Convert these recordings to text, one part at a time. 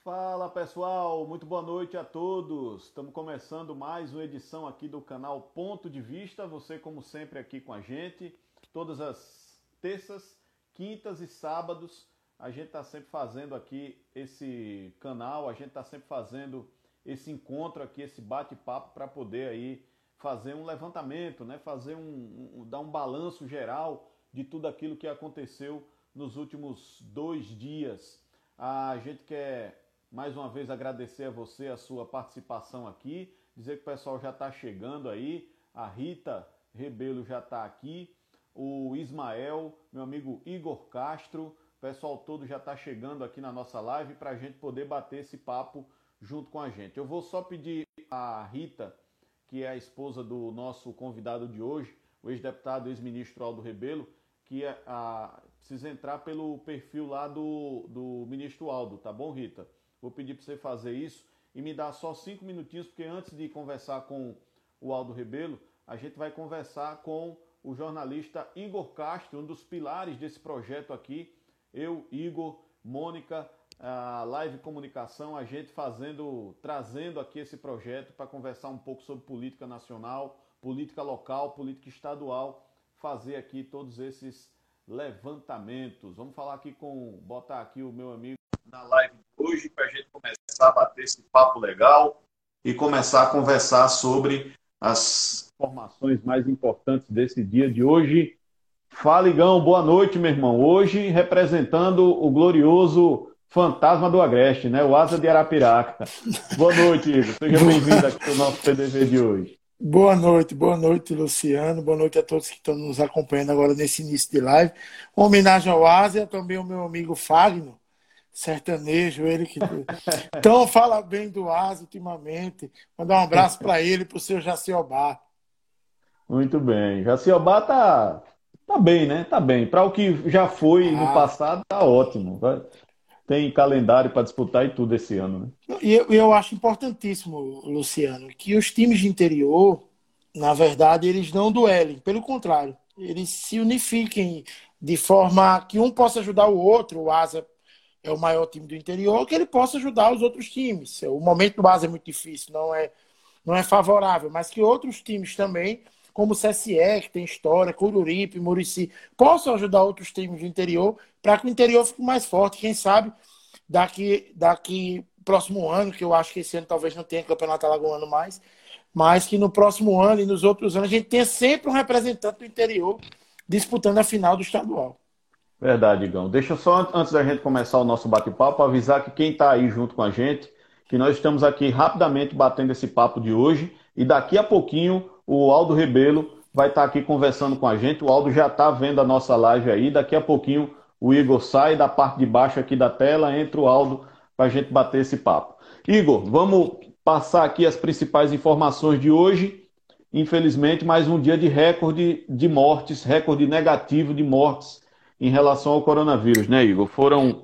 Fala pessoal, muito boa noite a todos. Estamos começando mais uma edição aqui do canal Ponto de Vista. Você, como sempre, aqui com a gente, todas as terças, quintas e sábados. A gente está sempre fazendo aqui esse canal, a gente está sempre fazendo esse encontro aqui, esse bate-papo para poder aí fazer um levantamento, né? Dar um balanço geral de tudo aquilo que aconteceu nos últimos 2 dias. A gente quer mais uma vez agradecer a você a sua participação aqui, dizer que o pessoal já está chegando aí, a Rita Rebelo já está aqui, o Ismael, meu amigo Igor Castro, o pessoal todo já está chegando aqui na nossa live para a gente poder bater esse papo junto com a gente. Eu vou só pedir a Rita, que é a esposa do nosso convidado de hoje, o ex-deputado, ex-ministro Aldo Rebelo, que precisa entrar pelo perfil lá do ministro Aldo, tá bom, Rita? Vou pedir para você fazer isso e me dar só 5 minutinhos, porque antes de conversar com o Aldo Rebelo, a gente vai conversar com o jornalista Igor Castro, um dos pilares desse projeto aqui. Eu, Igor, Mônica, a Live Comunicação, a gente trazendo aqui esse projeto para conversar um pouco sobre política nacional, política local, política estadual, fazer aqui todos esses levantamentos. Vamos falar aqui botar aqui o meu amigo na live de hoje para a gente começar a bater esse papo legal e começar a conversar sobre as informações mais importantes desse dia de hoje. Fala, Igão, boa noite, meu irmão. Hoje representando o glorioso fantasma do Agreste, né? O Asa de Arapiraca. Boa noite, Igor. Seja bem-vindo aqui ao nosso PDV de hoje. Boa noite, Luciano. Boa noite a todos que estão nos acompanhando agora nesse início de live. Uma homenagem ao Asa, também ao meu amigo Fagno, sertanejo, ele que então fala bem do Asa ultimamente. Mandar um abraço para ele e para o seu Jaciobá. Muito bem. Jaciobá tá bem, né? Tá bem. Para o que já foi no passado, tá ótimo. Tem calendário para disputar e tudo esse ano, né? E eu acho importantíssimo, Luciano, que os times de interior, na verdade, eles não duelem. Pelo contrário, eles se unifiquem de forma que um possa ajudar o outro. O Asa é o maior time do interior, que ele possa ajudar os outros times. O momento do Asa é muito difícil, não é favorável, mas que outros times também, como o CSE, que tem história, Coruripe, Murici, possam ajudar outros times do interior para que o interior fique mais forte. Quem sabe daqui próximo ano, que eu acho que esse ano talvez não tenha campeonato alagoano mais, mas que no próximo ano e nos outros anos a gente tenha sempre um representante do interior disputando a final do estadual. Verdade, Igão. Deixa só, antes da gente começar o nosso bate-papo, avisar que quem está aí junto com a gente, que nós estamos aqui rapidamente batendo esse papo de hoje e daqui a pouquinho o Aldo Rebelo vai estar aqui conversando com a gente. O Aldo já está vendo a nossa live aí, daqui a pouquinho o Igor sai da parte de baixo aqui da tela, entra o Aldo para a gente bater esse papo. Igor, vamos passar aqui as principais informações de hoje. Infelizmente, mais um dia de recorde de mortes, recorde negativo de mortes em relação ao coronavírus, né, Igor? Foram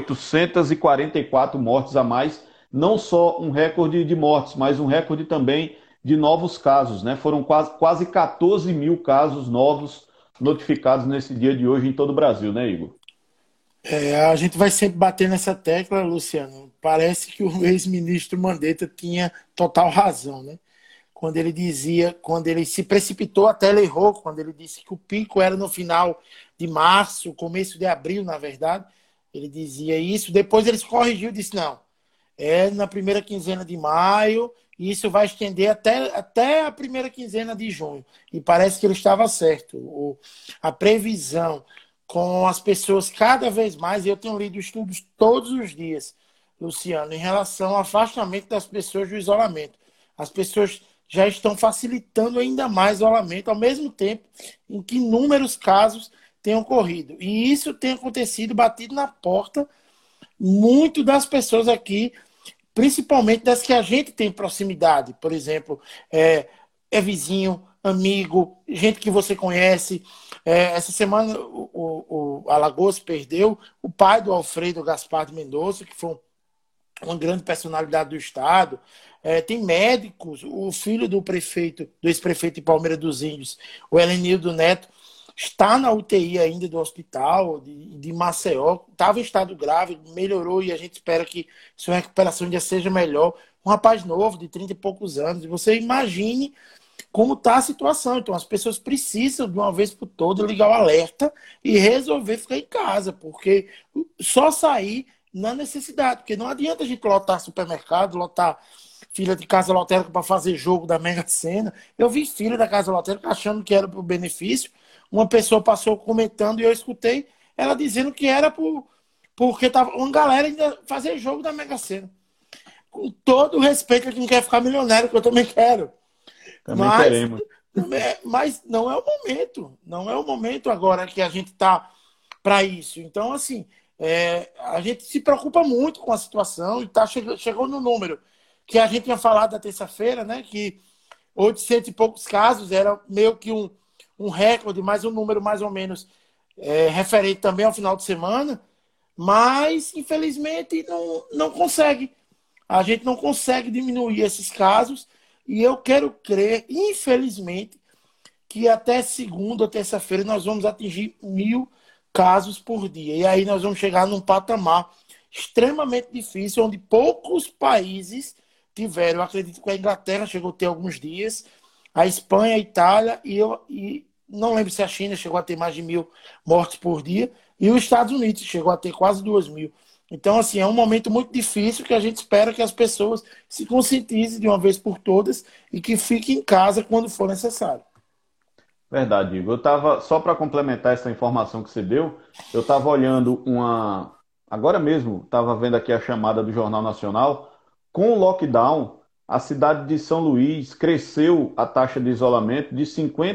844 mortes a mais, não só um recorde de mortes, mas um recorde também de novos casos, né? Foram quase 14 mil casos novos notificados nesse dia de hoje em todo o Brasil, né, Igor? A gente vai sempre bater nessa tecla, Luciano. Parece que o ex-ministro Mandetta tinha total razão, né? Quando ele se precipitou, até ele errou, quando ele disse que o pico era no final de março, começo de abril, na verdade. Ele dizia isso, depois ele se corrigiu e disse, não, é na primeira quinzena de maio, e isso vai estender até a primeira quinzena de junho. E parece que ele estava certo. A previsão com as pessoas cada vez mais, e eu tenho lido estudos todos os dias, Luciano, em relação ao afastamento das pessoas do isolamento. As pessoas já estão facilitando ainda mais o isolamento, ao mesmo tempo em que inúmeros casos têm ocorrido. E isso tem acontecido, batido na porta, muito das pessoas aqui, principalmente das que a gente tem proximidade. Por exemplo, é vizinho, amigo, gente que você conhece. Essa semana o Alagoas perdeu o pai do Alfredo Gaspar de Mendonça, que foi uma grande personalidade do estado. Tem médicos, o filho do ex-prefeito de Palmeira dos Índios, o Helenildo Neto, está na UTI ainda do hospital de Maceió, estava em estado grave, melhorou e a gente espera que sua recuperação ainda seja melhor. Um rapaz novo, de 30 e poucos anos, e você imagine como está a situação. Então, as pessoas precisam, de uma vez por todas, ligar o alerta e resolver ficar em casa, porque só sair na necessidade, porque não adianta a gente lotar supermercado, lotar fila de casa lotérica para fazer jogo da Mega Sena. Eu vi fila da casa lotérica achando que era por benefício. Uma pessoa passou comentando e eu escutei ela dizendo que era porque tava uma galera ainda fazer jogo da Mega Sena. Com todo o respeito a quem quer ficar milionário, que eu também quero. Também queremos. Mas não é o momento. Não é o momento agora que a gente está para isso. Então, assim, a gente se preocupa muito com a situação e chegou no número que a gente tinha falado na terça-feira, né? Que 800 e poucos casos era meio que um recorde, mas um número mais ou menos referente também ao final de semana. Mas, infelizmente, não consegue. A gente não consegue diminuir esses casos. E eu quero crer, infelizmente, que até segunda ou terça-feira nós vamos atingir 1.000 casos por dia. E aí nós vamos chegar num patamar extremamente difícil, onde poucos países tiveram. Eu acredito que a Inglaterra chegou a ter alguns dias, a Espanha, a Itália, e não lembro se a China chegou a ter mais de 1.000 mortes por dia, e os Estados Unidos chegou a ter quase 2.000. Então, assim, é um momento muito difícil que a gente espera que as pessoas se conscientizem de uma vez por todas e que fiquem em casa quando for necessário. Verdade, Igor. Eu estava, só para complementar essa informação que você deu, eu estava olhando uma. Agora mesmo, estava vendo aqui a chamada do Jornal Nacional. Com o lockdown, a cidade de São Luís cresceu a taxa de isolamento de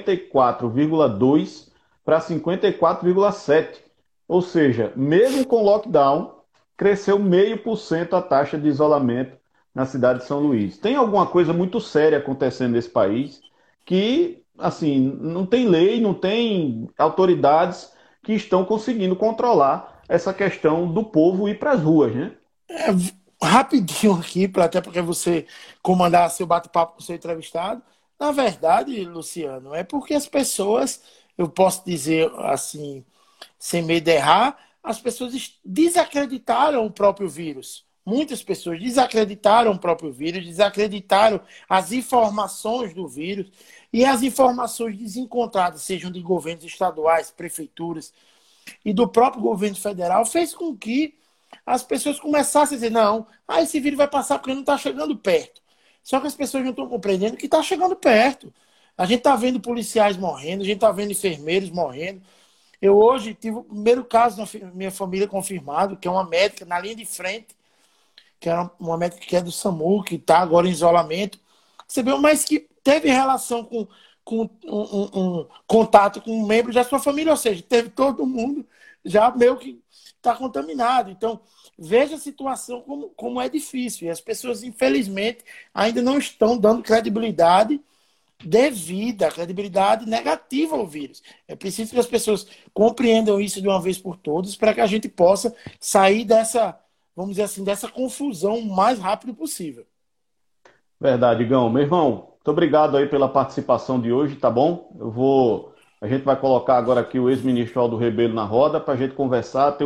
54,2 para 54,7. Ou seja, mesmo com lockdown, cresceu 0,5% a taxa de isolamento na cidade de São Luís. Tem alguma coisa muito séria acontecendo nesse país que, assim, não tem lei, não tem autoridades que estão conseguindo controlar essa questão do povo ir para as ruas, né? É, rapidinho aqui, até porque você comandar seu bate-papo com o seu entrevistado. Na verdade, Luciano, é porque as pessoas, eu posso dizer assim, sem medo de errar, as pessoas desacreditaram o próprio vírus. Muitas pessoas desacreditaram o próprio vírus, desacreditaram as informações do vírus e as informações desencontradas, sejam de governos estaduais, prefeituras e do próprio governo federal, fez com que as pessoas começassem a dizer, não, esse vírus vai passar porque não está chegando perto. Só que as pessoas não estão compreendendo que está chegando perto. A gente está vendo policiais morrendo, a gente está vendo enfermeiros morrendo. Eu hoje tive o primeiro caso na minha família confirmado, que é uma médica na linha de frente, que era uma médica que é do SAMU, que está agora em isolamento. Percebeu? Mas que teve relação com um contato com um membro da sua família, ou seja, teve todo mundo já meio que está contaminado. Então, veja a situação como é difícil. E as pessoas, infelizmente, ainda não estão dando credibilidade devida, credibilidade negativa ao vírus. É preciso que as pessoas compreendam isso de uma vez por todas para que a gente possa sair dessa, vamos dizer assim, dessa confusão o mais rápido possível. Verdade, Igão. Meu irmão, muito obrigado aí pela participação de hoje, tá bom? A gente vai colocar agora aqui o ex-ministro Aldo Rebelo na roda para a gente conversar, ter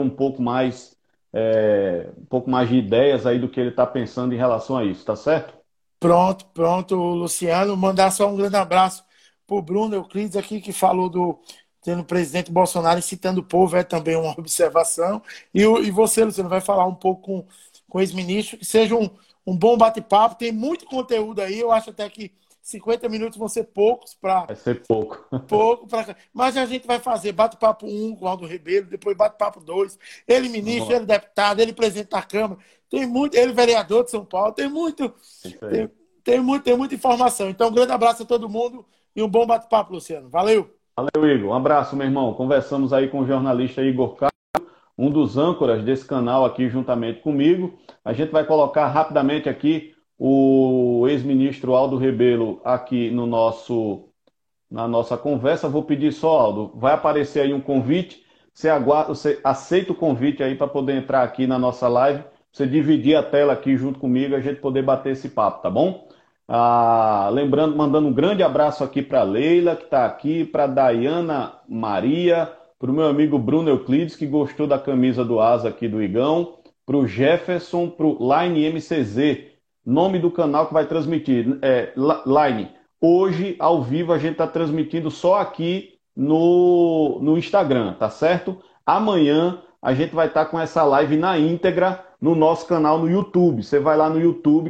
um pouco mais de ideias aí do que ele está pensando em relação a isso, tá certo? Pronto, Luciano. Mandar só um grande abraço para o Bruno Euclides aqui, que falou do presidente Bolsonaro citando o povo, é também uma observação. E você, Luciano, vai falar um pouco com o ex-ministro, que seja um bom bate-papo. Tem muito conteúdo aí, eu acho até que 50 minutos vão ser poucos para. Vai ser pouco. Mas a gente vai fazer bate-papo 1 com o Aldo Rebelo, depois bate-papo 2. Ele ministro, ele deputado, ele presidente da Câmara. Tem muito, ele vereador de São Paulo. Tem muito. Tem muita informação. Então, um grande abraço a todo mundo e um bom bate-papo, Luciano. Valeu! Valeu, Igor. Um abraço, meu irmão. Conversamos aí com o jornalista Igor Carlos, um dos âncoras desse canal aqui juntamente comigo. A gente vai colocar rapidamente aqui o ex-ministro Aldo Rebelo aqui na nossa conversa. Vou pedir só, Aldo, vai aparecer aí um convite. Você aceita o convite aí para poder entrar aqui na nossa live, você dividir a tela aqui junto comigo, a gente poder bater esse papo, tá bom? Lembrando, mandando um grande abraço aqui para Leila, que está aqui, para Dayana Maria, para o meu amigo Bruno Euclides, que gostou da camisa do Asa aqui do Igão, para o Jefferson, para o Line MCZ, nome do canal que vai transmitir. Line, hoje, ao vivo, a gente está transmitindo só aqui no Instagram, tá certo? Amanhã a gente vai estar com essa live na íntegra no nosso canal no YouTube. Você vai lá no YouTube,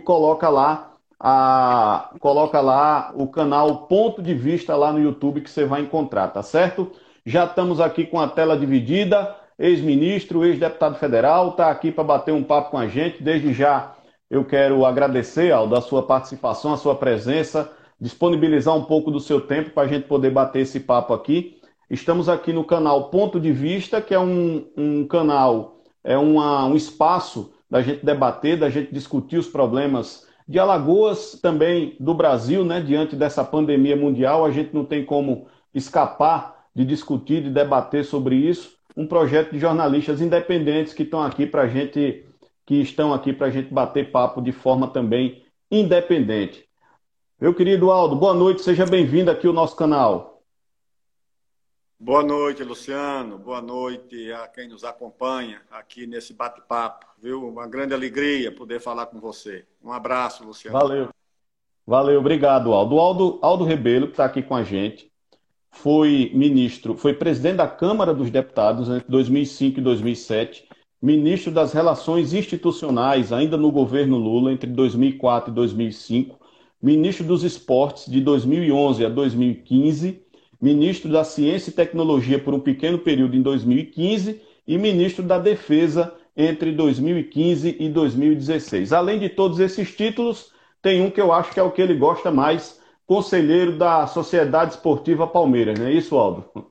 coloca lá o canal Ponto de Vista lá no YouTube que você vai encontrar, tá certo? Já estamos aqui com a tela dividida. Ex-ministro, ex-deputado federal, está aqui para bater um papo com a gente. Desde já eu quero agradecer, Aldo, a sua participação, a sua presença, disponibilizar um pouco do seu tempo para a gente poder bater esse papo aqui. Estamos aqui no canal Ponto de Vista, que é um canal, um espaço da gente debater, da gente discutir os problemas de Alagoas, também do Brasil, né? Diante dessa pandemia mundial, a gente não tem como escapar de discutir, de debater sobre isso. Um projeto de jornalistas independentes que estão aqui para a gente bater papo de forma também independente. Meu querido Aldo, boa noite, seja bem-vindo aqui ao nosso canal. Boa noite, Luciano. Boa noite a quem nos acompanha aqui nesse bate-papo, viu? Uma grande alegria poder falar com você. Um abraço, Luciano. Valeu, obrigado, Aldo. Aldo Rebelo, que está aqui com a gente, foi presidente da Câmara dos Deputados entre 2005 e 2007, ministro das Relações Institucionais, ainda no governo Lula, entre 2004 e 2005, ministro dos Esportes de 2011 a 2015, ministro da Ciência e Tecnologia por um pequeno período em 2015 e ministro da Defesa entre 2015 e 2016. Além de todos esses títulos, tem um que eu acho que é o que ele gosta mais, conselheiro da Sociedade Esportiva Palmeiras, não é isso, Aldo?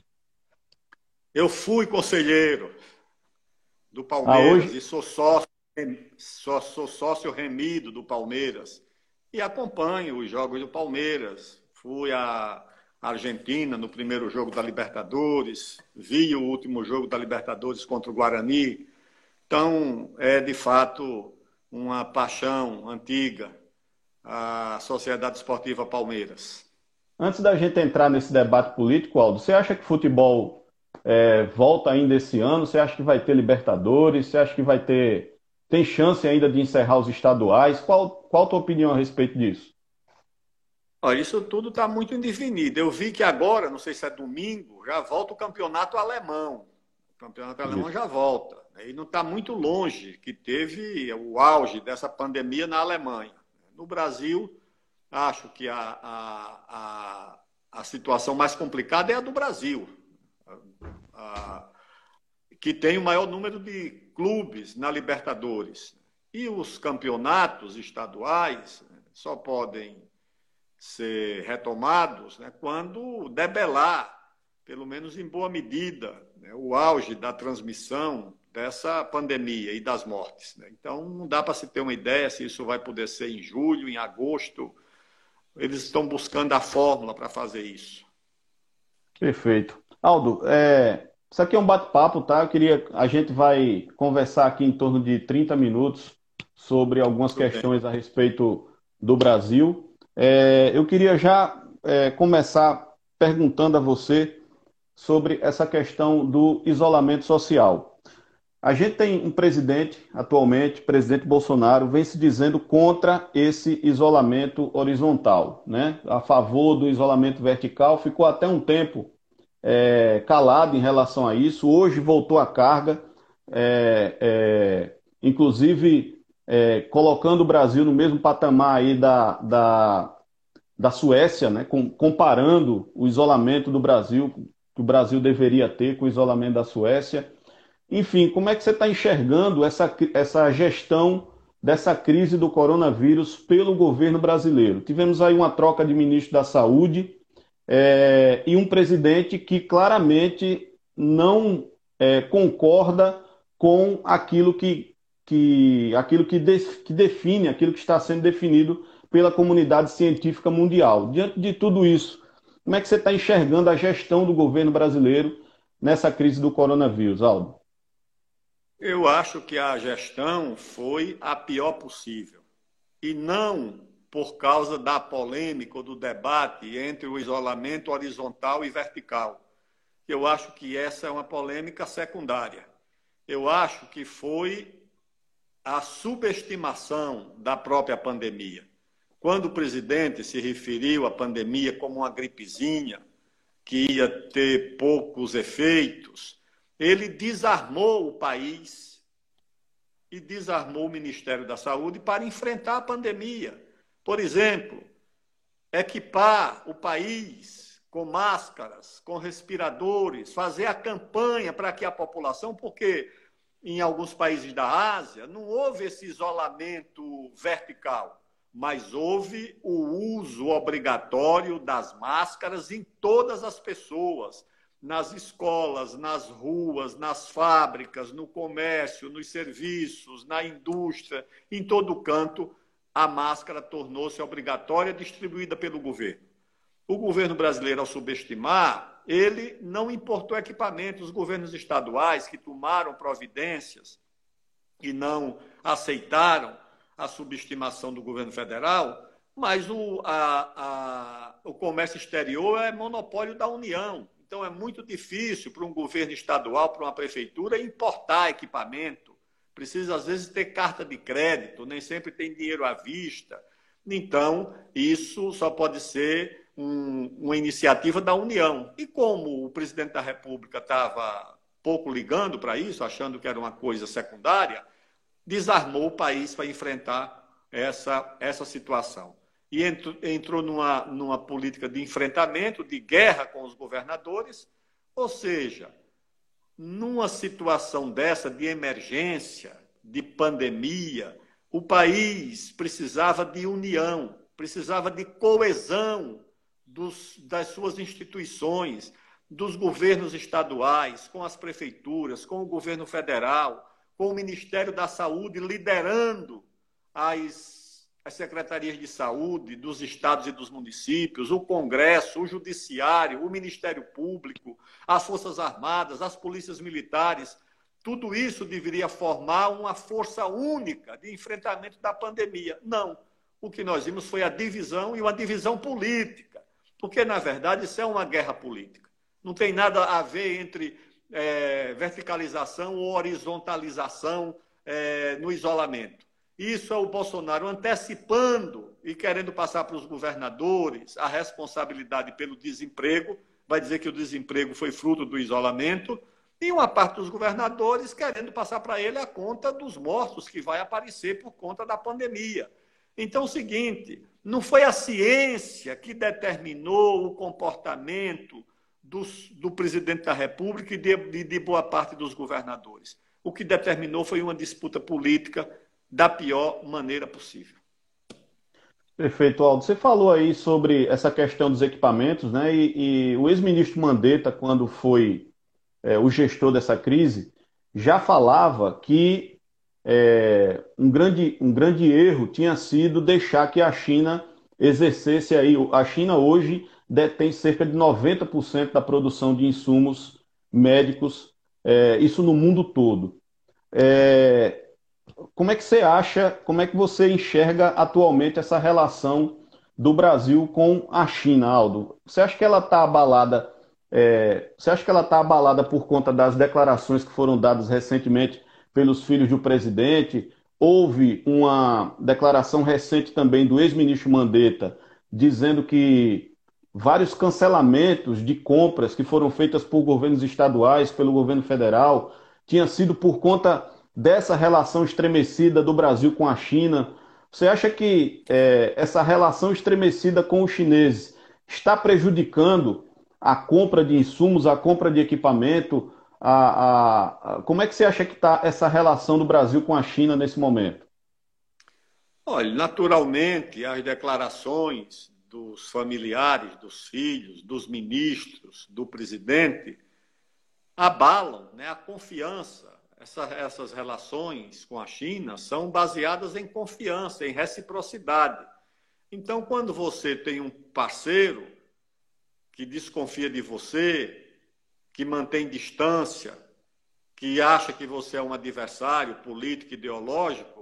Eu fui conselheiro do Palmeiras e sou sócio remido do Palmeiras e acompanho os jogos do Palmeiras. Fui à Argentina no primeiro jogo da Libertadores, vi o último jogo da Libertadores contra o Guarani. Então, é de fato uma paixão antiga a Sociedade Esportiva Palmeiras. Antes da gente entrar nesse debate político, Aldo, você acha que futebol volta ainda esse ano? Você acha que vai ter Libertadores? Você acha que tem chance ainda de encerrar os estaduais? Qual a tua opinião a respeito disso? Olha, isso tudo está muito indefinido. Eu vi que agora, não sei se é domingo, já volta o campeonato alemão. O campeonato alemão já volta. E não está muito longe, que teve o auge dessa pandemia na Alemanha. No Brasil, acho que a situação mais complicada é a do Brasil, que tem o maior número de clubes na Libertadores. E os campeonatos estaduais só podem ser retomados, né, quando debelar, pelo menos em boa medida, né, o auge da transmissão dessa pandemia e das mortes, né? Então, não dá para se ter uma ideia se isso vai poder ser em julho, em agosto. Eles estão buscando a fórmula para fazer isso. Perfeito. Aldo, isso aqui é um bate-papo, tá? A gente vai conversar aqui em torno de 30 minutos sobre algumas questões a respeito do Brasil. Eu queria já começar perguntando a você sobre essa questão do isolamento social. A gente tem um presidente, atualmente, o presidente Bolsonaro, vem se dizendo contra esse isolamento horizontal, né? A favor do isolamento vertical, ficou até um tempo calado em relação a isso, hoje voltou à carga, inclusive colocando o Brasil no mesmo patamar aí da Suécia, né? Comparando o isolamento do Brasil, que o Brasil deveria ter com o isolamento da Suécia. Enfim, como é que você está enxergando essa gestão dessa crise do coronavírus pelo governo brasileiro? Tivemos aí uma troca de ministro da Saúde e um presidente que claramente não concorda com aquilo que define, aquilo que está sendo definido pela comunidade científica mundial. Diante de tudo isso, como é que você está enxergando a gestão do governo brasileiro nessa crise do coronavírus, Aldo? Eu acho que a gestão foi a pior possível. E não por causa da polêmica ou do debate entre o isolamento horizontal e vertical. Eu acho que essa é uma polêmica secundária. Eu acho que foi a subestimação da própria pandemia. Quando o presidente se referiu à pandemia como uma gripezinha, que ia ter poucos efeitos, ele desarmou o país e desarmou o Ministério da Saúde para enfrentar a pandemia. Por exemplo, equipar o país com máscaras, com respiradores, fazer a campanha para que a população, porque em alguns países da Ásia não houve esse isolamento vertical, mas houve o uso obrigatório das máscaras em todas as pessoas, nas escolas, nas ruas, nas fábricas, no comércio, nos serviços, na indústria, em todo canto, a máscara tornou-se obrigatória, distribuída pelo governo. O governo brasileiro, ao subestimar, ele não importou equipamentos. Os governos estaduais que tomaram providências e não aceitaram a subestimação do governo federal, mas o comércio exterior é monopólio da União. Então, é muito difícil para um governo estadual, para uma prefeitura, importar equipamento. Precisa, às vezes, ter carta de crédito, nem sempre tem dinheiro à vista. Então, isso só pode ser uma iniciativa da União. E como o presidente da República estava pouco ligando para isso, achando que era uma coisa secundária, desarmou o país para enfrentar essa situação. E entrou numa política de enfrentamento, de guerra com os governadores, ou seja, numa situação dessa de emergência, de pandemia, o país precisava de união, precisava de coesão das suas instituições, dos governos estaduais, com as prefeituras, com o governo federal, com o Ministério da Saúde liderando as secretarias de saúde dos estados e dos municípios, o Congresso, o Judiciário, o Ministério Público, as Forças Armadas, as polícias militares. Tudo isso deveria formar uma força única de enfrentamento da pandemia. Não. O que nós vimos foi a divisão e uma divisão política, porque, na verdade, isso é uma guerra política. Não tem nada a ver entre verticalização ou horizontalização no isolamento. Isso é o Bolsonaro antecipando e querendo passar para os governadores a responsabilidade pelo desemprego, vai dizer que o desemprego foi fruto do isolamento, e uma parte dos governadores querendo passar para ele a conta dos mortos que vai aparecer por conta da pandemia. Então, é o seguinte, não foi a ciência que determinou o comportamento do presidente da República e de boa parte dos governadores. O que determinou foi uma disputa política da pior maneira possível. Perfeito, Aldo. Você falou aí sobre essa questão dos equipamentos, né? E o ex-ministro Mandetta, quando foi o gestor dessa crise, já falava que um grande erro tinha sido deixar que a China exercesse aí. A China hoje detém cerca de 90% da produção de insumos médicos, isso no mundo todo. Como é que você acha, como é que você enxerga atualmente essa relação do Brasil com a China, Aldo? Você acha que ela está abalada? Você acha que ela está abalada por conta das declarações que foram dadas recentemente pelos filhos do presidente? Houve uma declaração recente também do ex-ministro Mandetta dizendo que vários cancelamentos de compras que foram feitas por governos estaduais, pelo governo federal, tinha sido por conta dessa relação estremecida do Brasil com a China. Você acha que essa relação estremecida com os chineses está prejudicando a compra de insumos, a compra de equipamento? Como é que você acha que está essa relação do Brasil com a China nesse momento? Olha, naturalmente, as declarações dos familiares, dos filhos, dos ministros, do presidente, abalam, né, a confiança. Essas relações com a China são baseadas em confiança, em reciprocidade. Então, quando você tem um parceiro que desconfia de você, que mantém distância, que acha que você é um adversário político, ideológico,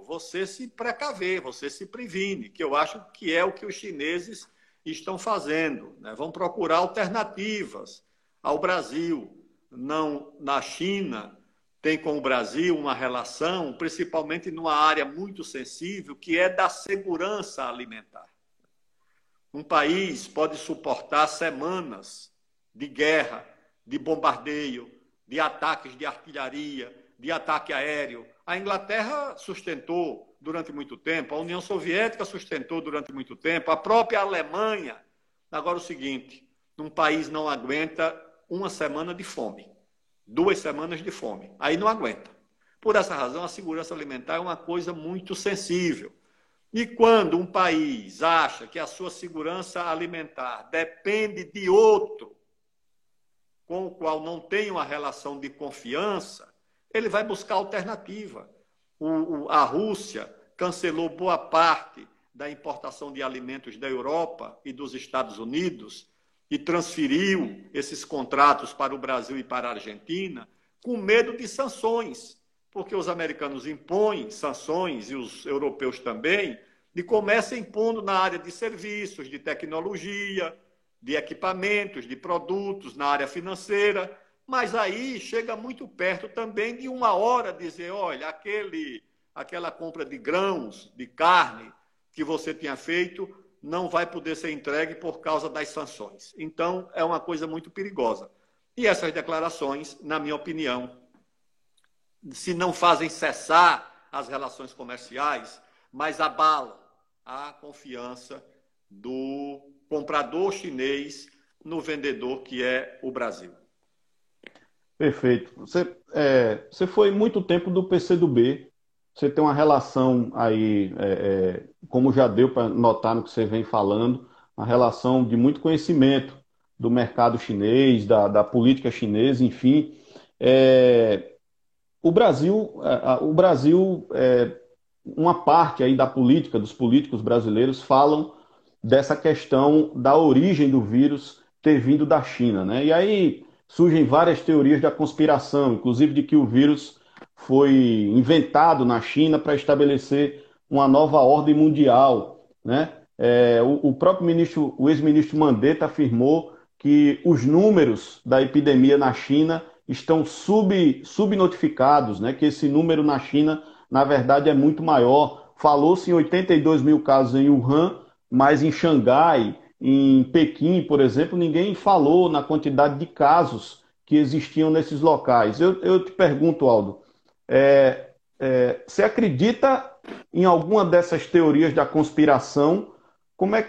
você se precaver, você se previne, que eu acho que é o que os chineses estão fazendo, né? Vão procurar alternativas ao Brasil. Não, na China tem com o Brasil uma relação, principalmente numa área muito sensível, que é da segurança alimentar. Um país pode suportar semanas de guerra, de bombardeio, de ataques de artilharia, de ataque aéreo. A Inglaterra sustentou durante muito tempo, a União Soviética sustentou durante muito tempo, a própria Alemanha. Agora o seguinte, um país não aguenta uma semana de fome, 2 semanas de fome, aí não aguenta. Por essa razão, a segurança alimentar é uma coisa muito sensível. E quando um país acha que a sua segurança alimentar depende de outro, com o qual não tem uma relação de confiança, ele vai buscar alternativa. A Rússia cancelou boa parte da importação de alimentos da Europa e dos Estados Unidos e transferiu esses contratos para o Brasil e para a Argentina com medo de sanções, porque os americanos impõem sanções, e os europeus também, e começam impondo na área de serviços, de tecnologia, de equipamentos, de produtos, na área financeira, mas aí chega muito perto também de uma hora dizer, olha, aquela compra de grãos, de carne que você tinha feito, não vai poder ser entregue por causa das sanções. Então, é uma coisa muito perigosa. E essas declarações, na minha opinião, se não fazem cessar as relações comerciais, mas abalam a confiança do comprador chinês no vendedor que é o Brasil. Perfeito. Você foi muito tempo do PCdoB. Você tem uma relação aí, como já deu para notar no que você vem falando, uma relação de muito conhecimento do mercado chinês, da política chinesa, enfim. O Brasil, uma parte aí da política, dos políticos brasileiros, falam dessa questão da origem do vírus ter vindo da China, né? E aí surgem várias teorias da conspiração, inclusive de que o vírus foi inventado na China para estabelecer uma nova ordem mundial, né? O próprio o ex-ministro Mandetta afirmou que os números da epidemia na China estão subnotificados, né? Que esse número na China, na verdade, é muito maior. Falou-se em 82 mil casos em Wuhan, mas em Xangai, em Pequim, por exemplo, ninguém falou na quantidade de casos que existiam nesses locais. Eu te pergunto, Aldo, você acredita em alguma dessas teorias da conspiração? Como é que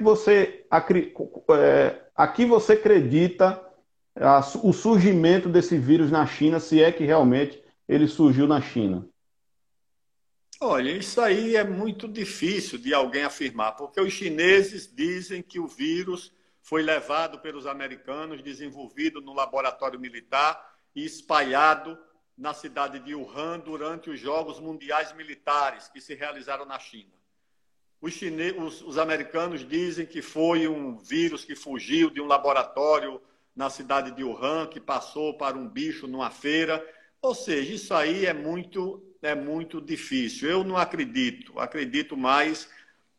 a que você acredita o surgimento desse vírus na China, se é que realmente ele surgiu na China? Olha, isso aí é muito difícil de alguém afirmar, porque os chineses dizem que o vírus foi levado pelos americanos, desenvolvido no laboratório militar e espalhado na cidade de Wuhan durante os Jogos Mundiais Militares que se realizaram na China. Os americanos dizem que foi um vírus que fugiu de um laboratório na cidade de Wuhan, que passou para um bicho numa feira. Ou seja, isso aí é muito difícil. Eu não acredito. Acredito mais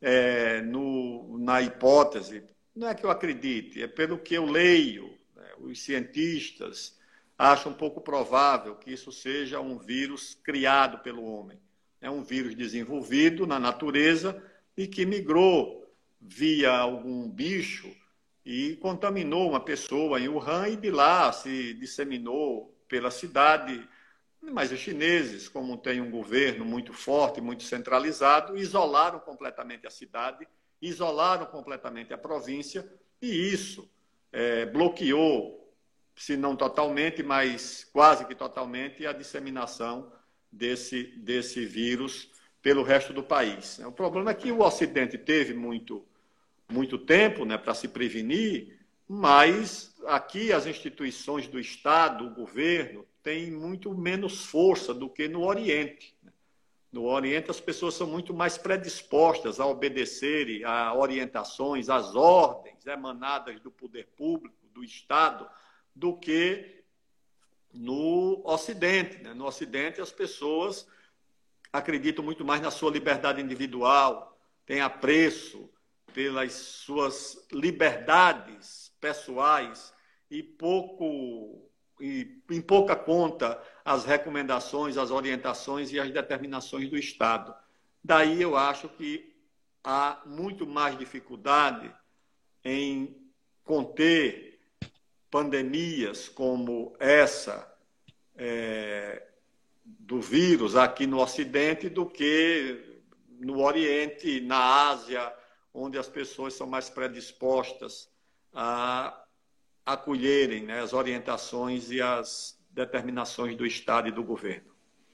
na hipótese. Não é que eu acredite, é pelo que eu leio. Né? Os cientistas acham pouco provável que isso seja um vírus criado pelo homem. É um vírus desenvolvido na natureza e que migrou via algum bicho e contaminou uma pessoa em Wuhan e de lá se disseminou pela cidade. Mas os chineses, como têm um governo muito forte, muito centralizado, isolaram completamente a cidade, isolaram completamente a província, e isso bloqueou, se não totalmente, mas quase que totalmente, a disseminação desse vírus pelo resto do país. O problema é que o Ocidente teve muito tempo, né, para se prevenir, mas aqui as instituições do Estado, o governo, têm muito menos força do que no Oriente. No Oriente, as pessoas são muito mais predispostas a obedecerem a orientações, às ordens emanadas do poder público, do Estado, do que no Ocidente. No Ocidente, as pessoas acreditam muito mais na sua liberdade individual, têm apreço pelas suas liberdades pessoais e em pouca conta as recomendações, as orientações e as determinações do Estado. Daí eu acho que há muito mais dificuldade em conter pandemias como essa do vírus aqui no Ocidente do que no Oriente, na Ásia, onde as pessoas são mais predispostas a acolherem, né, as orientações e as determinações do Estado e do governo.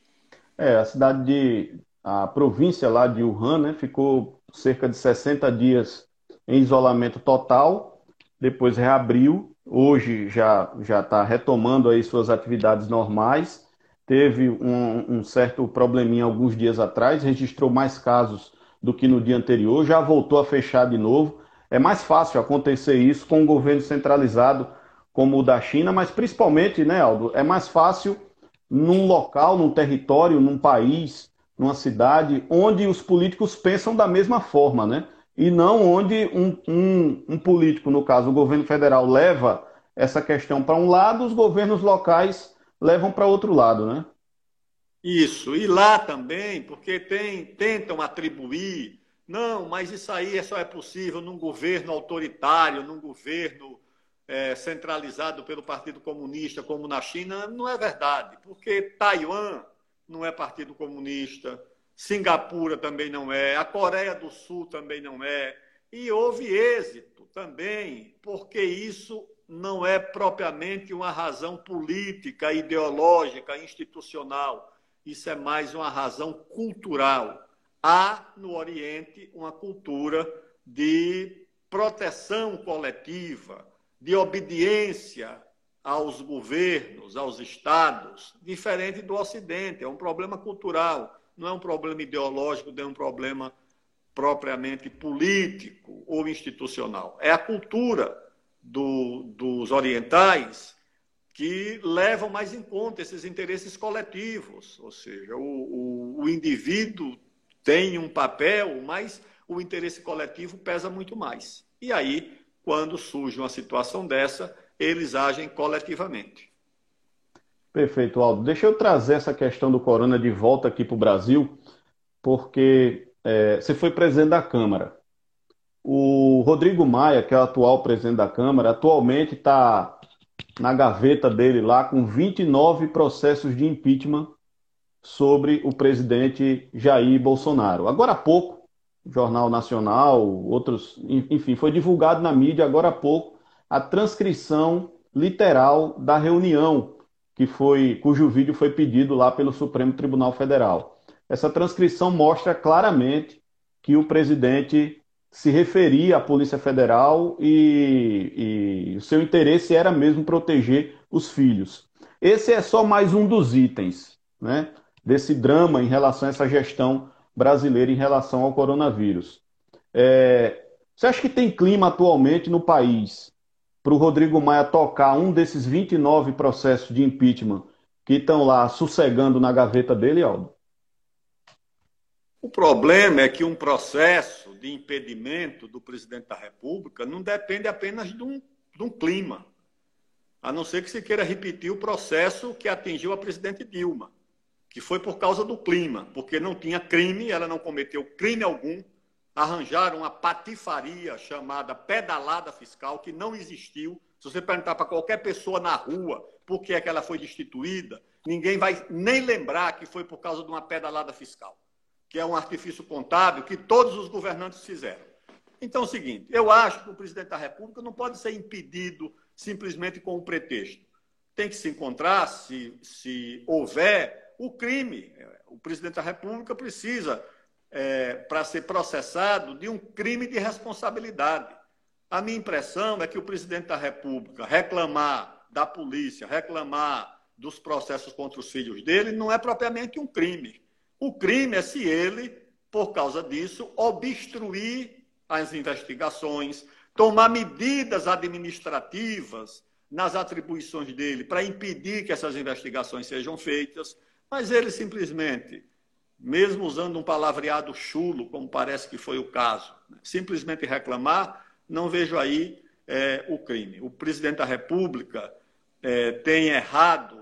A província lá de Wuhan, né, ficou cerca de 60 dias em isolamento total, depois reabriu, hoje já está retomando aí suas atividades normais, teve um certo probleminha alguns dias atrás, registrou mais casos do que no dia anterior, já voltou a fechar de novo. É mais fácil acontecer isso com um governo centralizado como o da China, mas principalmente, né, Aldo, é mais fácil num local, num território, num país, numa cidade, onde os políticos pensam da mesma forma, né? E não onde um político, no caso o governo federal, leva essa questão para um lado, os governos locais levam para outro lado, né? Isso, e lá também, porque tentam atribuir, não, mas isso aí só é possível num governo autoritário, num governo centralizado pelo Partido Comunista, como na China. Não é verdade, porque Taiwan não é Partido Comunista, Singapura também não é, a Coreia do Sul também não é, e houve êxito também, porque isso não é propriamente uma razão política, ideológica, institucional. Isso é mais uma razão cultural. Há no Oriente uma cultura de proteção coletiva, de obediência aos governos, aos estados, diferente do Ocidente. É um problema cultural, não é um problema ideológico, não é um problema propriamente político ou institucional. É a cultura dos orientais que levam mais em conta esses interesses coletivos, ou seja, o indivíduo tem um papel, mas o interesse coletivo pesa muito mais. E aí, quando surge uma situação dessa, eles agem coletivamente. Perfeito, Aldo. Deixa eu trazer essa questão do corona de volta aqui para o Brasil, porque você foi presidente da Câmara. O Rodrigo Maia, que é o atual presidente da Câmara, atualmente está na gaveta dele lá com 29 processos de impeachment sobre o presidente Jair Bolsonaro. Agora há pouco, Jornal Nacional, outros, enfim, foi divulgado na mídia agora há pouco a transcrição literal da reunião cujo vídeo foi pedido lá pelo Supremo Tribunal Federal. Essa transcrição mostra claramente que o presidente se referia à Polícia Federal e o seu interesse era mesmo proteger os filhos. Esse é só mais um dos itens, né, desse drama em relação a essa gestão brasileira em relação ao coronavírus. Você acha que tem clima atualmente no país para o Rodrigo Maia tocar um desses 29 processos de impeachment que estão lá sossegando na gaveta dele, Aldo? O problema é que um processo de impedimento do presidente da República não depende apenas de um clima, a não ser que se queira repetir o processo que atingiu a presidente Dilma, que foi por causa do clima, porque não tinha crime, ela não cometeu crime algum, arranjaram uma patifaria chamada pedalada fiscal, que não existiu. Se você perguntar para qualquer pessoa na rua por que é que ela foi destituída, ninguém vai nem lembrar que foi por causa de uma pedalada fiscal, que é um artifício contábil que todos os governantes fizeram. Então é o seguinte, eu acho que o presidente da República não pode ser impedido simplesmente com um pretexto. Tem que se encontrar, se houver o crime. O presidente da República precisa, para ser processado, de um crime de responsabilidade. A minha impressão é que o presidente da República reclamar da polícia, reclamar dos processos contra os filhos dele, não é propriamente um crime. O crime é se ele, por causa disso, obstruir as investigações, tomar medidas administrativas nas atribuições dele para impedir que essas investigações sejam feitas, mas ele simplesmente mesmo usando um palavreado chulo, como parece que foi o caso, simplesmente reclamar, não vejo aí o crime. O presidente da República tem errado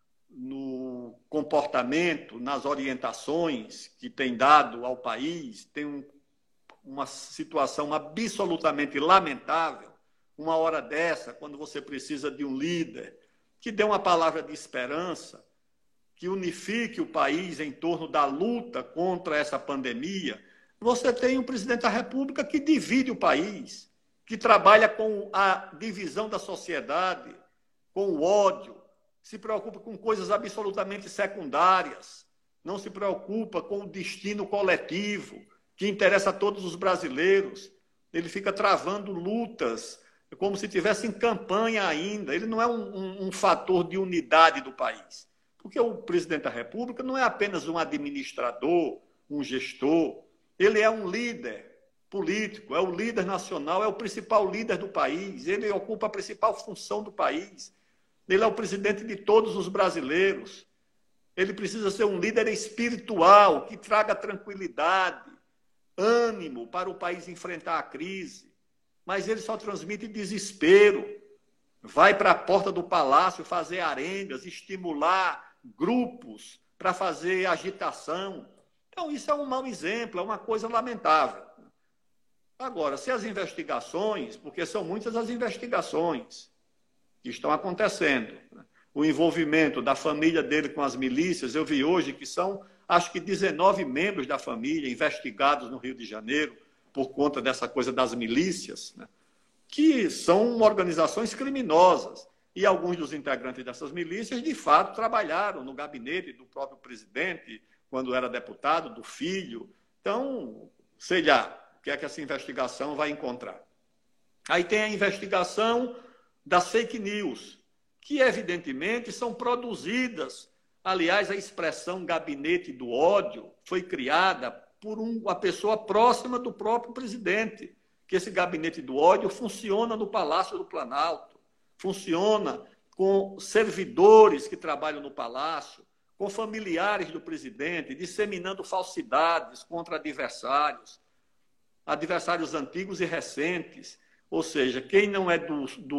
no comportamento, nas orientações que tem dado ao país, tem uma situação absolutamente lamentável, uma hora dessa, quando você precisa de um líder que dê uma palavra de esperança, que unifique o país em torno da luta contra essa pandemia, você tem um presidente da República que divide o país, que trabalha com a divisão da sociedade, com o ódio, se preocupa com coisas absolutamente secundárias, não se preocupa com o destino coletivo, que interessa a todos os brasileiros. Ele fica travando lutas, como se estivesse em campanha ainda. Ele não é um fator de unidade do país. Porque o presidente da República não é apenas um administrador, um gestor. Ele é um líder político, é o líder nacional, é o principal líder do país. Ele ocupa a principal função do país. Ele é o presidente de todos os brasileiros. Ele precisa ser um líder espiritual, que traga tranquilidade, ânimo para o país enfrentar a crise. Mas ele só transmite desespero. Vai para a porta do palácio fazer arengas, estimular grupos para fazer agitação. Então, isso é um mau exemplo, é uma coisa lamentável. Agora, se as investigações, porque são muitas as investigações que estão acontecendo, o envolvimento da família dele com as milícias, eu vi hoje que são, acho que 19 membros da família investigados no Rio de Janeiro por conta dessa coisa das milícias, né, que são organizações criminosas. E alguns dos integrantes dessas milícias, de fato, trabalharam no gabinete do próprio presidente, quando era deputado, do filho. Então, sei lá, o que é que essa investigação vai encontrar. Aí tem a investigação das fake news, que evidentemente são produzidas. Aliás, a expressão gabinete do ódio foi criada por uma pessoa próxima do próprio presidente, que esse gabinete do ódio funciona no Palácio do Planalto, funciona com servidores que trabalham no Palácio, com familiares do presidente, disseminando falsidades contra adversários antigos e recentes. Ou seja, quem não é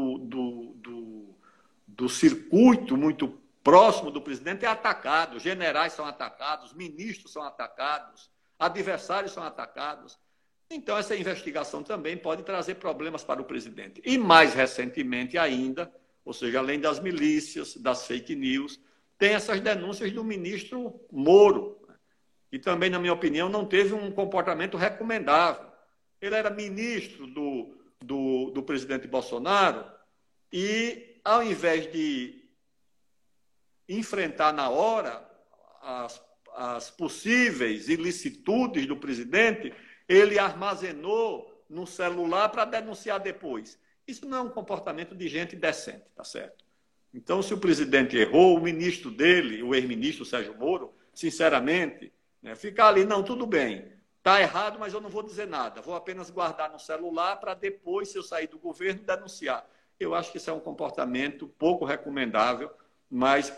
do circuito muito próximo do presidente é atacado. Generais são atacados, ministros são atacados, adversários são atacados. Então, essa investigação também pode trazer problemas para o presidente. E, mais recentemente ainda, ou seja, além das milícias, das fake news, tem essas denúncias do ministro Moro, que também, na minha opinião, não teve um comportamento recomendável. Ele era ministro do presidente Bolsonaro e, ao invés de enfrentar na hora as possíveis ilicitudes do presidente, ele armazenou no celular para denunciar depois. Isso não é um comportamento de gente decente, tá certo? Então, se o presidente errou, o ministro dele, o ex-ministro Sérgio Moro, sinceramente, ficar ali, não, tudo bem, está errado, mas eu não vou dizer nada, vou apenas guardar no celular para depois, se eu sair do governo, denunciar. Eu acho que isso é um comportamento pouco recomendável, mas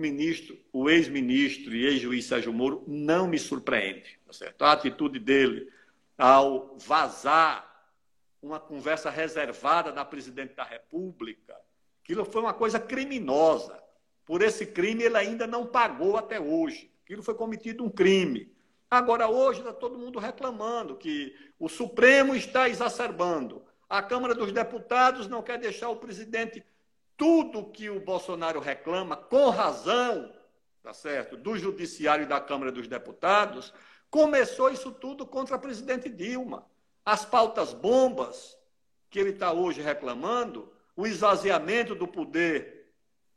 o ex-ministro e ex-juiz Sérgio Moro não me surpreende, tá certo? A atitude dele ao vazar uma conversa reservada da presidente da República, aquilo foi uma coisa criminosa. Por esse crime, ele ainda não pagou até hoje. Aquilo foi cometido um crime. Agora, hoje, está todo mundo reclamando que o Supremo está exacerbando. A Câmara dos Deputados não quer deixar o presidente. Tudo que o Bolsonaro reclama, com razão, tá certo, do Judiciário e da Câmara dos Deputados, começou isso tudo contra a presidente Dilma. As pautas bombas que ele está hoje reclamando, o esvaziamento do poder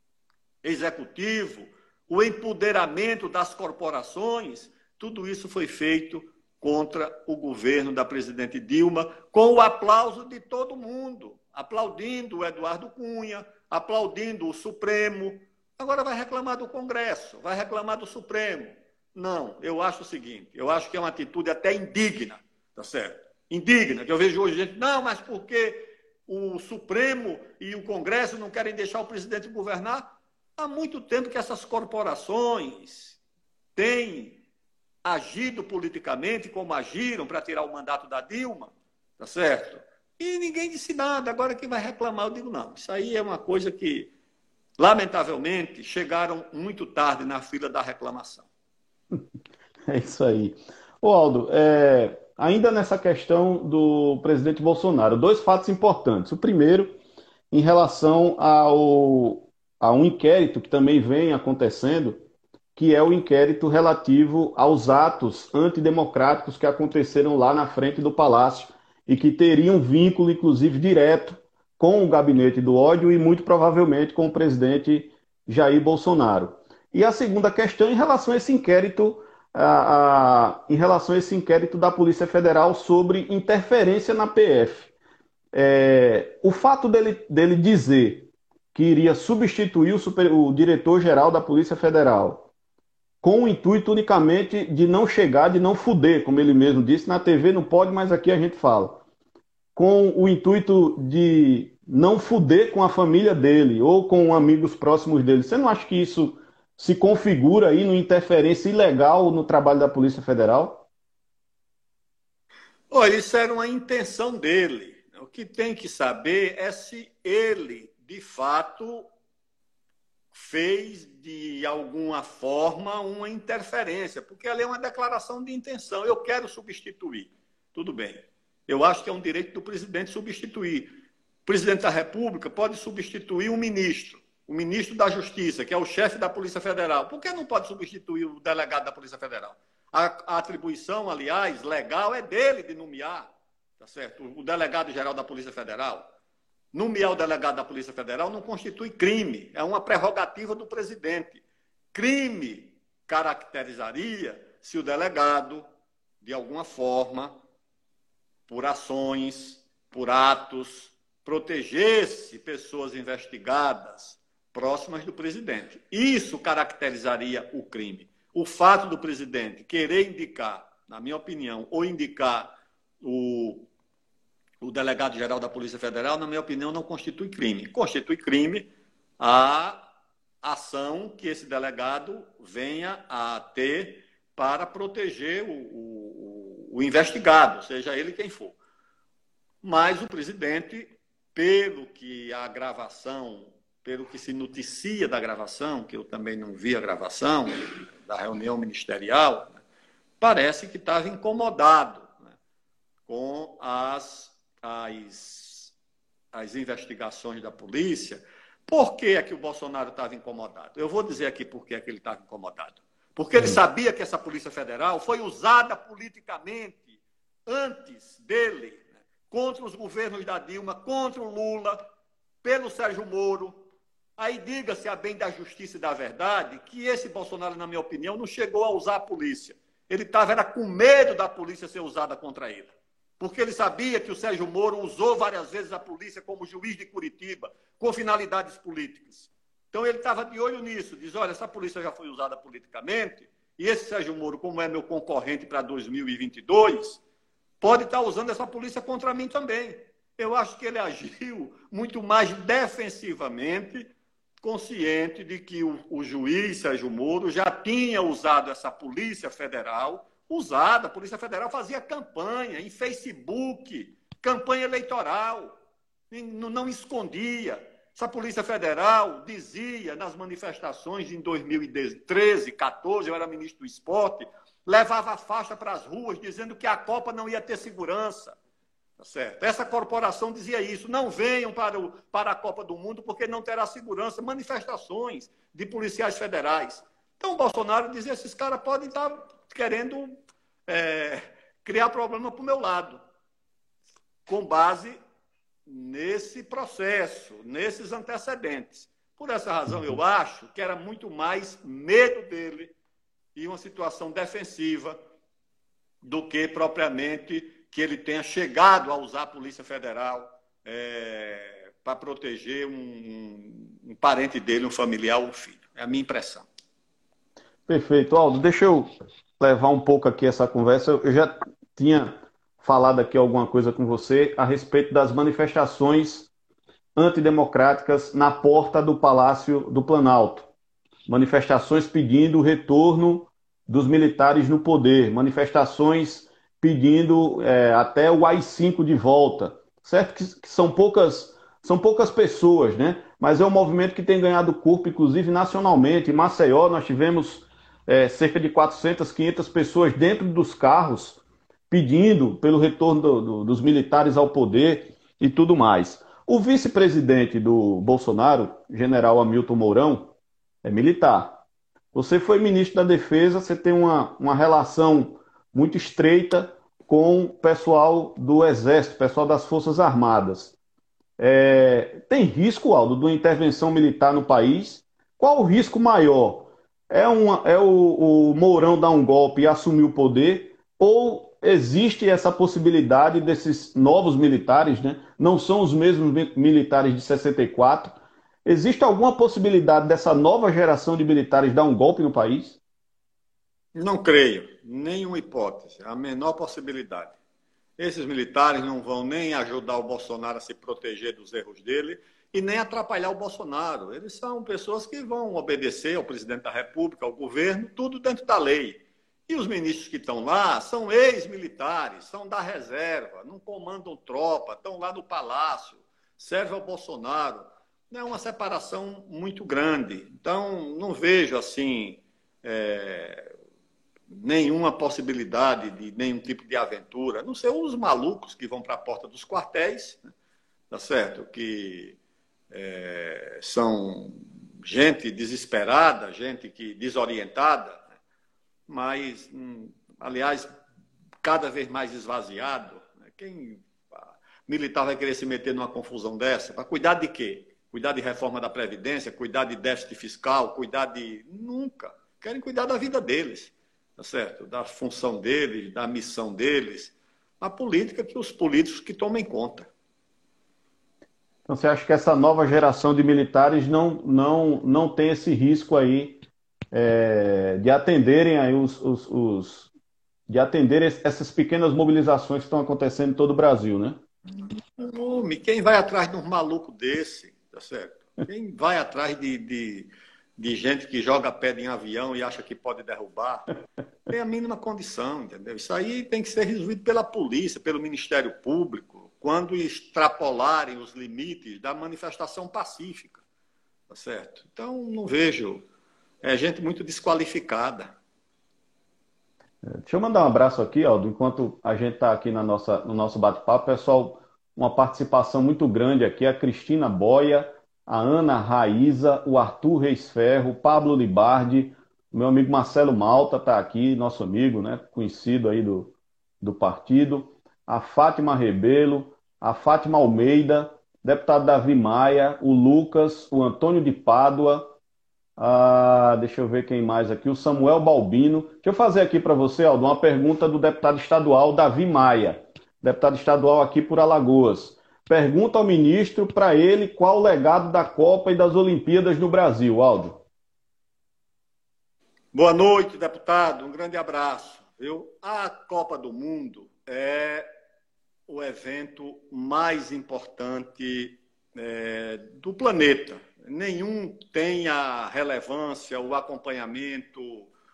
executivo, o empoderamento das corporações, tudo isso foi feito contra o governo da presidente Dilma, com o aplauso de todo mundo, aplaudindo o Eduardo Cunha, aplaudindo o Supremo. Agora vai reclamar do Congresso, vai reclamar do Supremo. Não, eu acho o seguinte, eu acho que é uma atitude até indigna, tá certo? Indigna, que eu vejo hoje gente, não, mas por que o Supremo e o Congresso não querem deixar o presidente governar? Há muito tempo que essas corporações têm agido politicamente como agiram para tirar o mandato da Dilma, tá certo? E ninguém disse nada. Agora quem vai reclamar, eu digo, não. Isso aí é uma coisa que, lamentavelmente, chegaram muito tarde na fila da reclamação. É isso aí. Ô Aldo, ainda nessa questão do presidente Bolsonaro, dois fatos importantes. O primeiro, em relação a um inquérito que também vem acontecendo, que é o inquérito relativo aos atos antidemocráticos que aconteceram lá na frente do Palácio e que teriam vínculo, inclusive, direto com o gabinete do ódio e muito provavelmente com o presidente Jair Bolsonaro. E a segunda questão em relação a esse inquérito, em relação a esse inquérito da Polícia Federal sobre interferência na PF. O fato dele dizer que iria substituir o diretor-geral da Polícia Federal com o intuito unicamente de não chegar, de não fuder, como ele mesmo disse, na TV não pode, mas aqui a gente fala. Com o intuito de não fuder com a família dele ou com amigos próximos dele. Você não acha que isso se configura aí numa interferência ilegal no trabalho da Polícia Federal? Olha, isso era uma intenção dele. O que tem que saber é se ele, de fato, fez de alguma forma uma interferência, porque ali é uma declaração de intenção. Eu quero substituir. Tudo bem. Eu acho que é um direito do presidente substituir. O presidente da República pode substituir um ministro, o ministro da Justiça, que é o chefe da Polícia Federal. Por que não pode substituir o delegado da Polícia Federal? A atribuição, aliás, legal é dele de nomear, tá certo? O delegado-geral da Polícia Federal. Nomear o delegado da Polícia Federal não constitui crime, é uma prerrogativa do presidente. Crime caracterizaria se o delegado, de alguma forma, por ações, por atos, protegesse pessoas investigadas próximas do presidente. Isso caracterizaria o crime. O fato do presidente querer indicar, na minha opinião, ou indicar o delegado-geral da Polícia Federal, na minha opinião, não constitui crime. Constitui crime a ação que esse delegado venha a ter para proteger o investigado, seja ele quem for. Mas o presidente, pelo que a gravação, pelo que se noticia da gravação, que eu também não vi a gravação da reunião ministerial, parece que estava incomodado, né, com as investigações da polícia. Por que é que o Bolsonaro estava incomodado? Eu vou dizer aqui por que é que ele estava incomodado. Porque ele sabia que essa Polícia Federal foi usada politicamente antes dele, né, contra os governos da Dilma, contra o Lula, pelo Sérgio Moro. Aí diga-se a bem da justiça e da verdade que esse Bolsonaro, na minha opinião, não chegou a usar a polícia. Ele estava com medo da polícia ser usada contra ele. Porque ele sabia que o Sérgio Moro usou várias vezes a polícia como juiz de Curitiba, com finalidades políticas. Então ele estava de olho nisso, diz, olha, essa polícia já foi usada politicamente, e esse Sérgio Moro, como é meu concorrente para 2022, pode estar usando essa polícia contra mim também. Eu acho que ele agiu muito mais defensivamente, consciente de que o juiz Sérgio Moro já tinha usado essa Polícia Federal, a Polícia Federal fazia campanha em Facebook, campanha eleitoral, não escondia. Essa Polícia Federal dizia nas manifestações em 2013, 14, eu era ministro do esporte, levava a faixa para as ruas dizendo que a Copa não ia ter segurança. Tá certo? Essa corporação dizia isso, não venham para a Copa do Mundo porque não terá segurança. Manifestações de policiais federais. Então o Bolsonaro dizia, esses caras podem estar querendo criar problema para o meu lado, com base nesse processo, nesses antecedentes. Por essa razão, eu acho que era muito mais medo dele e uma situação defensiva do que propriamente que ele tenha chegado a usar a Polícia Federal para proteger um parente dele, um familiar ou um filho. É a minha impressão. Perfeito. Aldo, deixa eu levar um pouco aqui essa conversa. Eu já tinha falado aqui alguma coisa com você a respeito das manifestações antidemocráticas na porta do Palácio do Planalto. Manifestações pedindo o retorno dos militares no poder, manifestações pedindo até o AI-5 de volta. Certo que são poucas pessoas, né? Mas é um movimento que tem ganhado corpo, inclusive nacionalmente. Em Maceió, nós tivemos cerca de 400, 500 pessoas dentro dos carros pedindo pelo retorno dos militares ao poder e tudo mais. O vice-presidente do Bolsonaro, general Hamilton Mourão, é militar. Você foi ministro da Defesa, você tem uma relação muito estreita com o pessoal do Exército, pessoal das Forças Armadas. Tem risco, Aldo, de uma intervenção militar no país? Qual o risco maior? É o Mourão dar um golpe e assumir o poder? Ou existe essa possibilidade desses novos militares, né? Não são os mesmos militares de 64? Existe alguma possibilidade dessa nova geração de militares dar um golpe no país? Não creio, nenhuma hipótese, a menor possibilidade. Esses militares não vão nem ajudar o Bolsonaro a se proteger dos erros dele e nem atrapalhar o Bolsonaro. Eles são pessoas que vão obedecer ao presidente da República, ao governo, tudo dentro da lei. E os ministros que estão lá são ex-militares, são da reserva, não comandam tropa, estão lá no palácio, servem ao Bolsonaro. É uma separação muito grande. Então, não vejo assim nenhuma possibilidade de nenhum tipo de aventura. A não ser os malucos que vão para a porta dos quartéis, né? Tá certo? Que são gente desesperada, gente desorientada, né? Mas, aliás, cada vez mais esvaziado. Né? Quem militar vai querer se meter numa confusão dessa? Para cuidar de quê? Cuidar de reforma da Previdência, cuidar de déficit fiscal, cuidar de... Nunca. Querem cuidar da vida deles, tá certo? Da função deles, da missão deles. A política que os políticos que tomem conta. Então você acha que essa nova geração de militares não tem esse risco aí de atenderem aí de atender essas pequenas mobilizações que estão acontecendo em todo o Brasil, né? Quem vai atrás de um maluco desse, tá certo? Quem vai atrás de gente que joga pedra em avião e acha que pode derrubar, tem a mínima condição, entendeu? Isso aí tem que ser resolvido pela polícia, pelo Ministério Público, quando extrapolarem os limites da manifestação pacífica, tá certo? Então, não vejo. É gente muito desqualificada. Deixa eu mandar um abraço aqui, Aldo, enquanto a gente está aqui no nosso bate-papo, pessoal, uma participação muito grande aqui, a Cristina Boia, a Ana Raíza, o Arthur Reis Ferro, o Pablo Libardi, o meu amigo Marcelo Malta está aqui, nosso amigo, né, conhecido aí do partido, a Fátima Rebelo, a Fátima Almeida, deputado Davi Maia, o Lucas, o Antônio de Pádua, deixa eu ver quem mais aqui, o Samuel Balbino. Deixa eu fazer aqui para você, Aldo, uma pergunta do deputado estadual Davi Maia, deputado estadual aqui por Alagoas. Pergunta ao ministro para ele qual o legado da Copa e das Olimpíadas no Brasil, Aldo. Boa noite, deputado. Um grande abraço. A Copa do Mundo é o evento mais importante do planeta. Nenhum tem a relevância, o acompanhamento,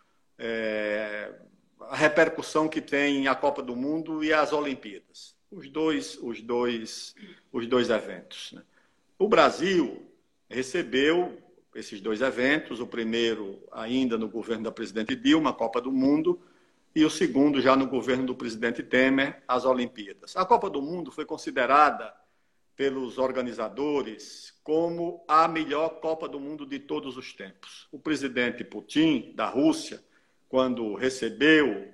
a repercussão que tem a Copa do Mundo e as Olimpíadas. Os dois eventos, né? O Brasil recebeu esses dois eventos, o primeiro ainda no governo da presidente Dilma, a Copa do Mundo, e o segundo já no governo do presidente Temer, as Olimpíadas. A Copa do Mundo foi considerada pelos organizadores como a melhor Copa do Mundo de todos os tempos. O presidente Putin, da Rússia, quando recebeu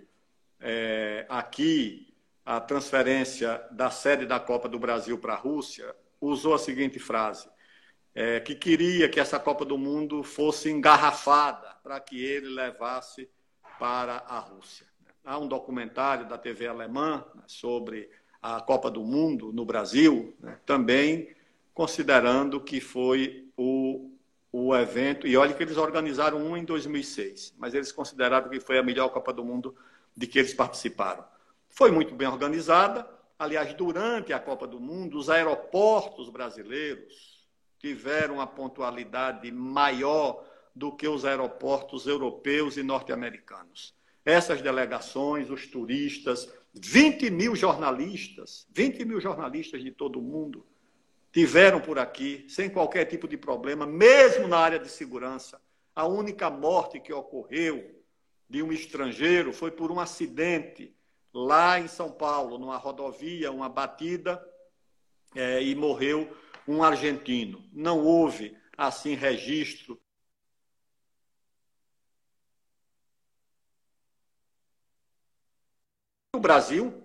aqui a transferência da sede da Copa do Brasil para a Rússia, usou a seguinte frase, que queria que essa Copa do Mundo fosse engarrafada para que ele levasse para a Rússia. Há um documentário da TV alemã sobre a Copa do Mundo no Brasil, né, também considerando que foi o evento, e olha que eles organizaram um em 2006, mas eles consideraram que foi a melhor Copa do Mundo de que eles participaram. Foi muito bem organizada, aliás, durante a Copa do Mundo, os aeroportos brasileiros tiveram a pontualidade maior do que os aeroportos europeus e norte-americanos. Essas delegações, os turistas, 20 mil jornalistas de todo o mundo tiveram por aqui, sem qualquer tipo de problema, mesmo na área de segurança. A única morte que ocorreu de um estrangeiro foi por um acidente lá em São Paulo, numa rodovia, uma batida, e morreu um argentino. Não houve, assim, registro. O Brasil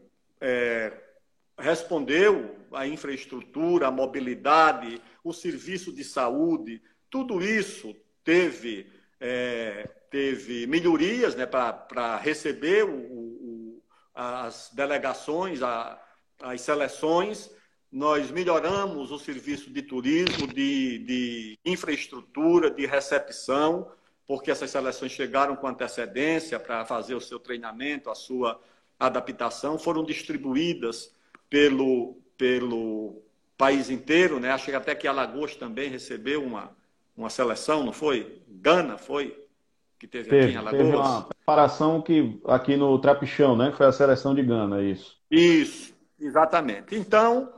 respondeu à infraestrutura, à mobilidade, o serviço de saúde, tudo isso teve melhorias, né, para receber as delegações, as seleções. Nós melhoramos o serviço de turismo, de infraestrutura, de recepção, porque essas seleções chegaram com antecedência para fazer o seu treinamento, a sua adaptação, foram distribuídas pelo país inteiro, né? Acho que até que Alagoas também recebeu uma seleção, não foi? Gana foi? Que teve aqui em Alagoas. Teve uma preparação aqui no Trapichão, né? Que foi a seleção de Gana, isso. Isso, exatamente. Então,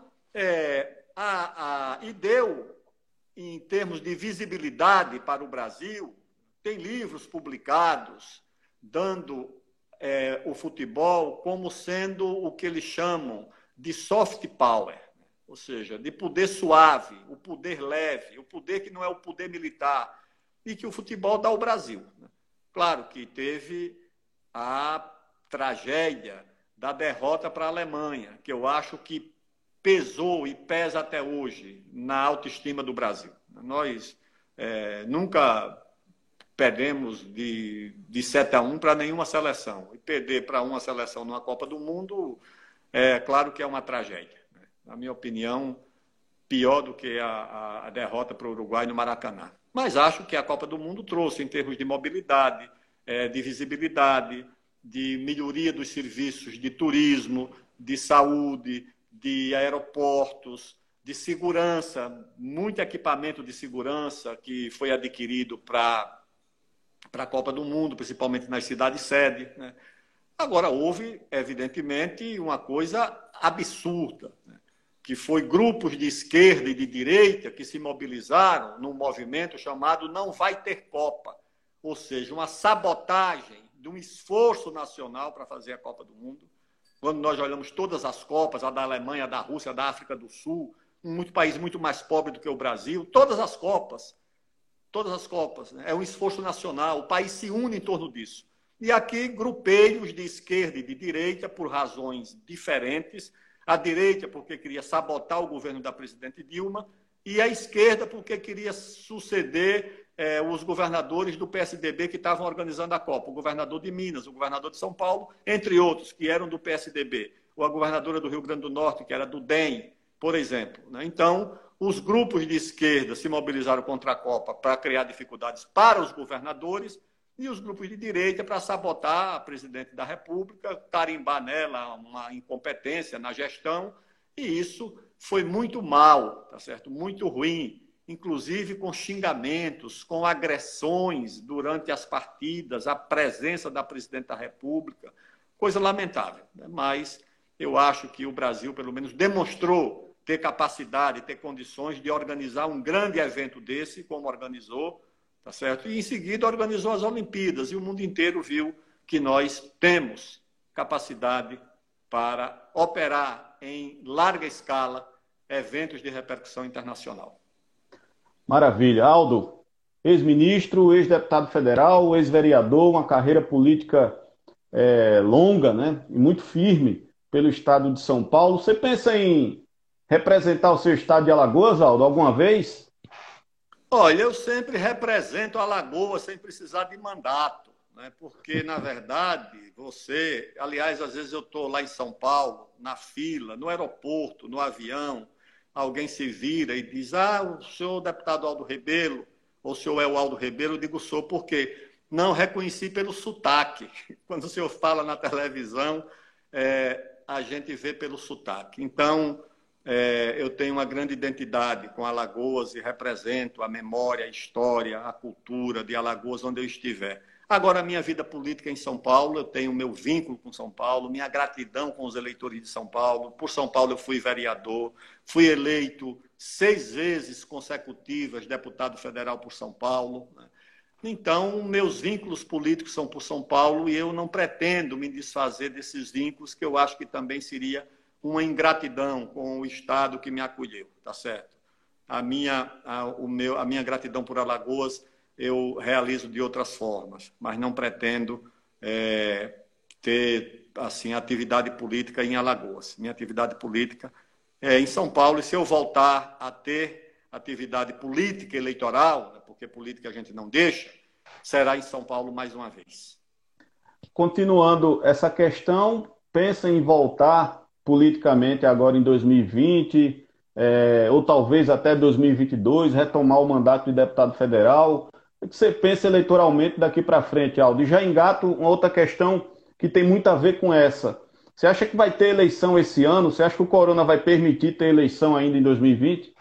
e deu, em termos de visibilidade para o Brasil, tem livros publicados dando o futebol como sendo o que eles chamam de soft power, ou seja, de poder suave, o poder leve, o poder que não é o poder militar, e que o futebol dá ao Brasil. Claro que teve a tragédia da derrota para a Alemanha, que eu acho que pesou e pesa até hoje na autoestima do Brasil. Nós nunca perdemos de 7-1 para nenhuma seleção. E perder para uma seleção numa Copa do Mundo, claro que é uma tragédia. Na minha opinião, pior do que a derrota para o Uruguai no Maracanã. Mas acho que a Copa do Mundo trouxe, em termos de mobilidade, de visibilidade, de melhoria dos serviços de turismo, de saúde, de aeroportos, de segurança, muito equipamento de segurança que foi adquirido para a Copa do Mundo, principalmente nas cidades-sede, né? Agora, houve, evidentemente, uma coisa absurda, né? Que foi grupos de esquerda e de direita que se mobilizaram num movimento chamado Não Vai Ter Copa, ou seja, uma sabotagem de um esforço nacional para fazer a Copa do Mundo. Quando nós olhamos todas as Copas, a da Alemanha, a da Rússia, a da África do Sul, um país muito mais pobre do que o Brasil, todas as Copas, né? É um esforço nacional, o país se une em torno disso. E aqui, grupelhos de esquerda e de direita, por razões diferentes, a direita porque queria sabotar o governo da presidente Dilma, e a esquerda porque queria suceder os governadores do PSDB que estavam organizando a Copa, o governador de Minas, o governador de São Paulo, entre outros, que eram do PSDB, ou a governadora do Rio Grande do Norte, que era do DEM, por exemplo, né? Então, os grupos de esquerda se mobilizaram contra a Copa para criar dificuldades para os governadores e os grupos de direita para sabotar a presidente da República, tarimbar nela uma incompetência na gestão, e isso foi muito mal, tá certo? Muito ruim, inclusive com xingamentos, com agressões durante as partidas, a presença da presidente da República, coisa lamentável, né? Mas eu acho que o Brasil, pelo menos, demonstrou ter capacidade, ter condições de organizar um grande evento desse, como organizou, tá certo? E, em seguida, organizou as Olimpíadas, e o mundo inteiro viu que nós temos capacidade para operar em larga escala eventos de repercussão internacional. Maravilha. Aldo, ex-ministro, ex-deputado federal, ex-vereador, uma carreira política longa, né? E muito firme pelo estado de São Paulo. Você pensa em representar o seu estado de Alagoas, Aldo, alguma vez? Olha, eu sempre represento Alagoas sem precisar de mandato, né? Porque, na verdade, aliás, às vezes eu estou lá em São Paulo, na fila, no aeroporto, no avião, alguém se vira e diz, o senhor deputado Aldo Rebelo, ou o senhor é o Aldo Rebelo, eu digo, sou, por quê? Não reconheci pelo sotaque. Quando o senhor fala na televisão, a gente vê pelo sotaque. Então, eu tenho uma grande identidade com Alagoas e represento a memória, a história, a cultura de Alagoas onde eu estiver. Agora, a minha vida política em São Paulo, eu tenho meu vínculo com São Paulo, minha gratidão com os eleitores de São Paulo. Por São Paulo eu fui vereador, fui eleito 6 vezes consecutivas deputado federal por São Paulo. Então, meus vínculos políticos são por São Paulo e eu não pretendo me desfazer desses vínculos, que eu acho que também seria uma ingratidão com o Estado que me acolheu, tá certo? A minha gratidão por Alagoas eu realizo de outras formas, mas não pretendo ter assim, atividade política em Alagoas. Minha atividade política é em São Paulo, e se eu voltar a ter atividade política eleitoral, né, porque política a gente não deixa, será em São Paulo mais uma vez. Continuando essa questão, pensa em voltar politicamente agora em 2020, ou talvez até 2022, retomar o mandato de deputado federal? O que você pensa eleitoralmente daqui para frente, Aldo? E já engato uma outra questão que tem muito a ver com essa. Você acha que vai ter eleição esse ano? Você acha que o Corona vai permitir ter eleição ainda em 2020?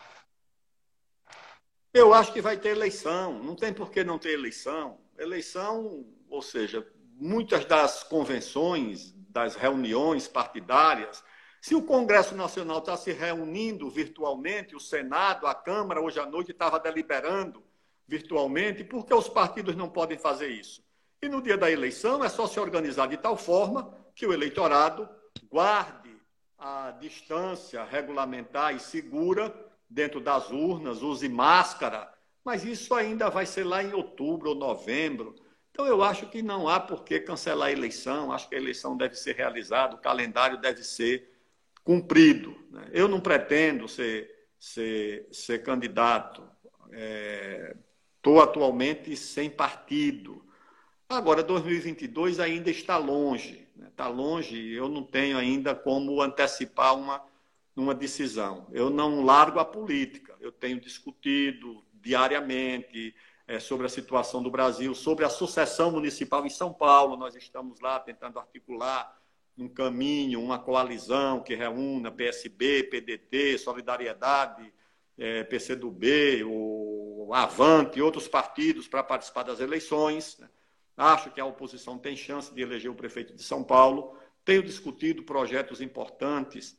Eu acho que vai ter eleição. Não tem por que não ter eleição. Eleição, ou seja, muitas das convenções, das reuniões partidárias, se o Congresso Nacional está se reunindo virtualmente, o Senado, a Câmara, hoje à noite estava deliberando virtualmente, por que os partidos não podem fazer isso? E no dia da eleição é só se organizar de tal forma que o eleitorado guarde a distância regulamentar e segura dentro das urnas, use máscara, mas isso ainda vai ser lá em outubro ou novembro. Então eu acho que não há por que cancelar a eleição, acho que a eleição deve ser realizada, o calendário deve ser cumprido. Eu não pretendo ser candidato, estou atualmente sem partido. Agora, 2022 ainda está longe. Está longe, eu não tenho ainda como antecipar uma decisão. Eu não largo a política. Eu tenho discutido diariamente sobre a situação do Brasil, sobre a sucessão municipal em São Paulo. Nós estamos lá tentando articular um caminho, uma coalizão que reúna PSB, PDT, Solidariedade, PCdoB, o Avante e outros partidos para participar das eleições. Acho que a oposição tem chance de eleger o prefeito de São Paulo. Tenho discutido projetos importantes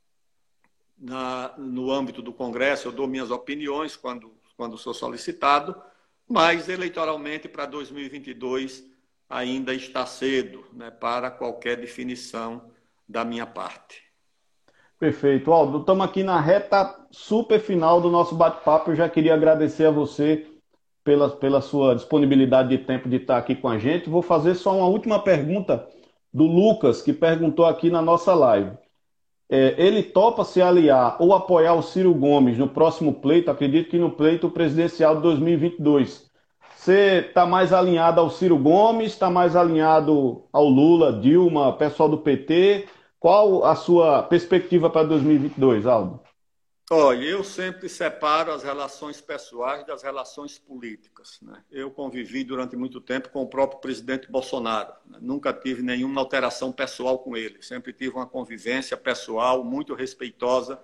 no âmbito do Congresso. Eu dou minhas opiniões quando sou solicitado, mas eleitoralmente para 2022 ainda está cedo, né, para qualquer definição da minha parte. Perfeito. Aldo, estamos aqui na reta super final do nosso bate-papo. Eu já queria agradecer a você pela sua disponibilidade de tempo de estar aqui com a gente. Vou fazer só uma última pergunta do Lucas, que perguntou aqui na nossa live. Ele topa se aliar ou apoiar o Ciro Gomes no próximo pleito, acredito que no pleito presidencial de 2022. Você está mais alinhado ao Ciro Gomes, está mais alinhado ao Lula, Dilma, pessoal do PT? Qual a sua perspectiva para 2022, Aldo? Olha, eu sempre separo as relações pessoais das relações políticas, né? Eu convivi durante muito tempo com o próprio presidente Bolsonaro, né? Nunca tive nenhuma alteração pessoal com ele. Sempre tive uma convivência pessoal muito respeitosa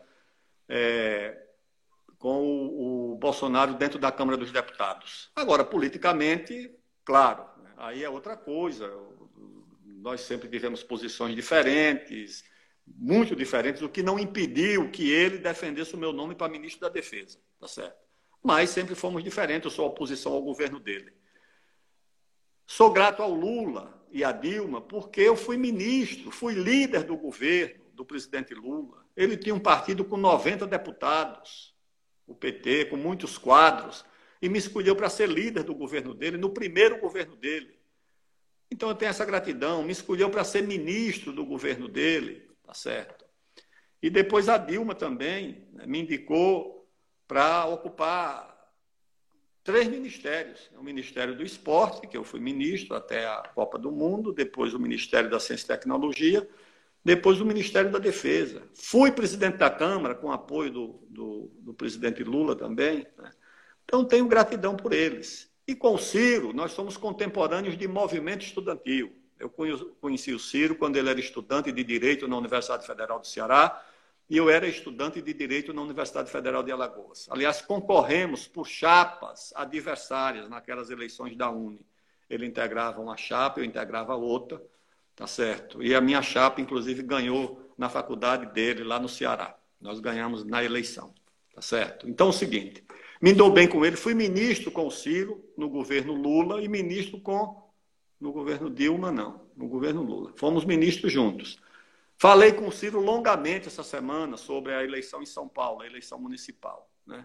com o Bolsonaro dentro da Câmara dos Deputados. Agora, politicamente, claro, né? Aí é outra coisa. Nós sempre tivemos posições diferentes, muito diferentes, o que não impediu que ele defendesse o meu nome para ministro da Defesa, tá certo? Mas sempre fomos diferentes, eu sou oposição ao governo dele. Sou grato ao Lula e à Dilma porque eu fui ministro, fui líder do governo do presidente Lula. Ele tinha um partido com 90 deputados, o PT, com muitos quadros, e me escolheu para ser líder do governo dele, no primeiro governo dele. Então eu tenho essa gratidão, me escolheu para ser ministro do governo dele, tá certo? E depois a Dilma também, né, me indicou para ocupar 3 ministérios. O Ministério do Esporte, que eu fui ministro até a Copa do Mundo, depois o Ministério da Ciência e Tecnologia, depois o Ministério da Defesa. Fui presidente da Câmara, com apoio do presidente Lula também, né? Então tenho gratidão por eles. E com o Ciro, nós somos contemporâneos de movimento estudantil. Eu conheci o Ciro quando ele era estudante de Direito na Universidade Federal do Ceará. e eu era estudante de Direito na Universidade Federal de Alagoas. Aliás, concorremos por chapas adversárias naquelas eleições da Uni. Ele integrava uma chapa, eu integrava outra, tá certo? E a minha chapa, inclusive, ganhou na faculdade dele, lá no Ceará. Nós ganhamos na eleição, tá certo? Então, é o seguinte, me dou bem com ele, fui ministro com o Ciro no governo Lula e ministro no governo Dilma, não, no governo Lula. Fomos ministros juntos. Falei com o Ciro longamente essa semana sobre a eleição em São Paulo, a eleição municipal, né?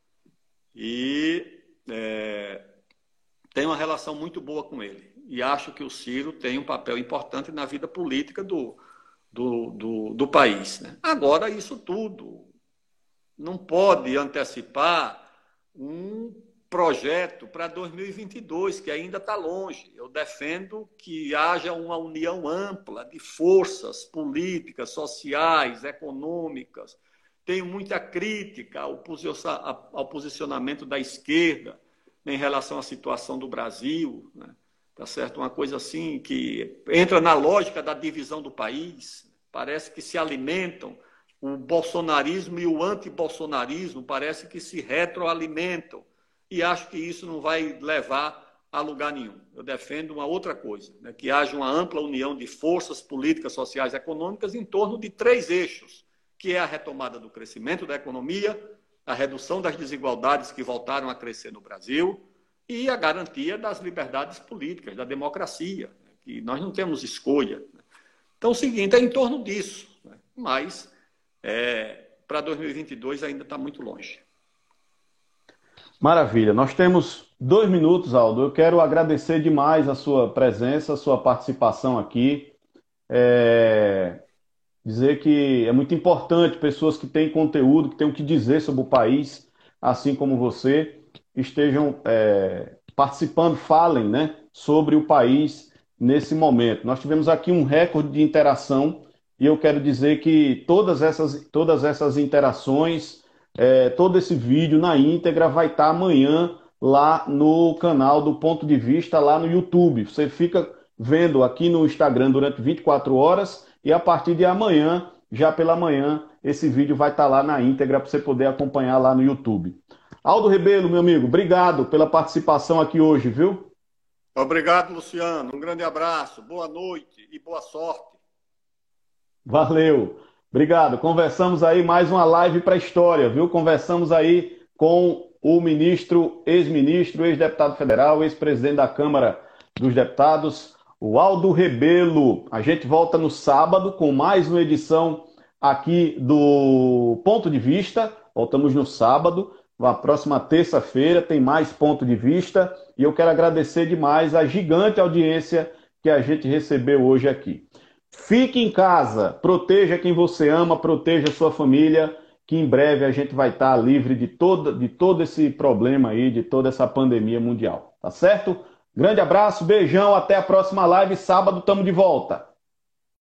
E tenho uma relação muito boa com ele. E acho que o Ciro tem um papel importante na vida política do país, né? Agora, isso tudo não pode antecipar um projeto para 2022, que ainda está longe. Eu defendo que haja uma união ampla de forças políticas, sociais, econômicas. Tenho muita crítica ao posicionamento da esquerda em relação à situação do Brasil, né? Tá certo? Uma coisa assim que entra na lógica da divisão do país. Parece que se alimentam. O bolsonarismo e o antibolsonarismo parece que se retroalimentam. E acho que isso não vai levar a lugar nenhum. Eu defendo uma outra coisa, né? Que haja uma ampla união de forças políticas, sociais e econômicas em torno de 3 eixos, que é a retomada do crescimento da economia, a redução das desigualdades que voltaram a crescer no Brasil e a garantia das liberdades políticas, da democracia, né? Que nós não temos escolha. Então, é o seguinte, é em torno disso, né? Mas para 2022 ainda está muito longe. Maravilha. Nós temos 2 minutos, Aldo. Eu quero agradecer demais a sua presença, a sua participação aqui. Dizer que é muito importante pessoas que têm conteúdo, que têm o que dizer sobre o país, assim como você, estejam participando, falem, né, sobre o país nesse momento. Nós tivemos aqui um recorde de interação e eu quero dizer que todas essas interações, todo esse vídeo na íntegra vai estar amanhã lá no canal do Ponto de Vista, lá no YouTube. Você fica vendo aqui no Instagram durante 24 horas e a partir de amanhã, já pela manhã, esse vídeo vai estar lá na íntegra para você poder acompanhar lá no YouTube. Aldo Rebelo, meu amigo, obrigado pela participação aqui hoje, viu? Obrigado, Luciano. Um grande abraço, boa noite e boa sorte. Valeu. Obrigado. Conversamos aí mais uma live para a história, viu? Conversamos aí com o ministro, ex-ministro, ex-deputado federal, ex-presidente da Câmara dos Deputados, o Aldo Rebelo. A gente volta no sábado com mais uma edição aqui do Ponto de Vista. Voltamos no sábado. Na próxima terça-feira tem mais Ponto de Vista. E eu quero agradecer demais a gigante audiência que a gente recebeu hoje aqui. Fique em casa, proteja quem você ama, proteja sua família, que em breve a gente vai estar livre de todo esse problema aí, de toda essa pandemia mundial. Tá certo? Grande abraço, beijão, até a próxima live. Sábado estamos de volta.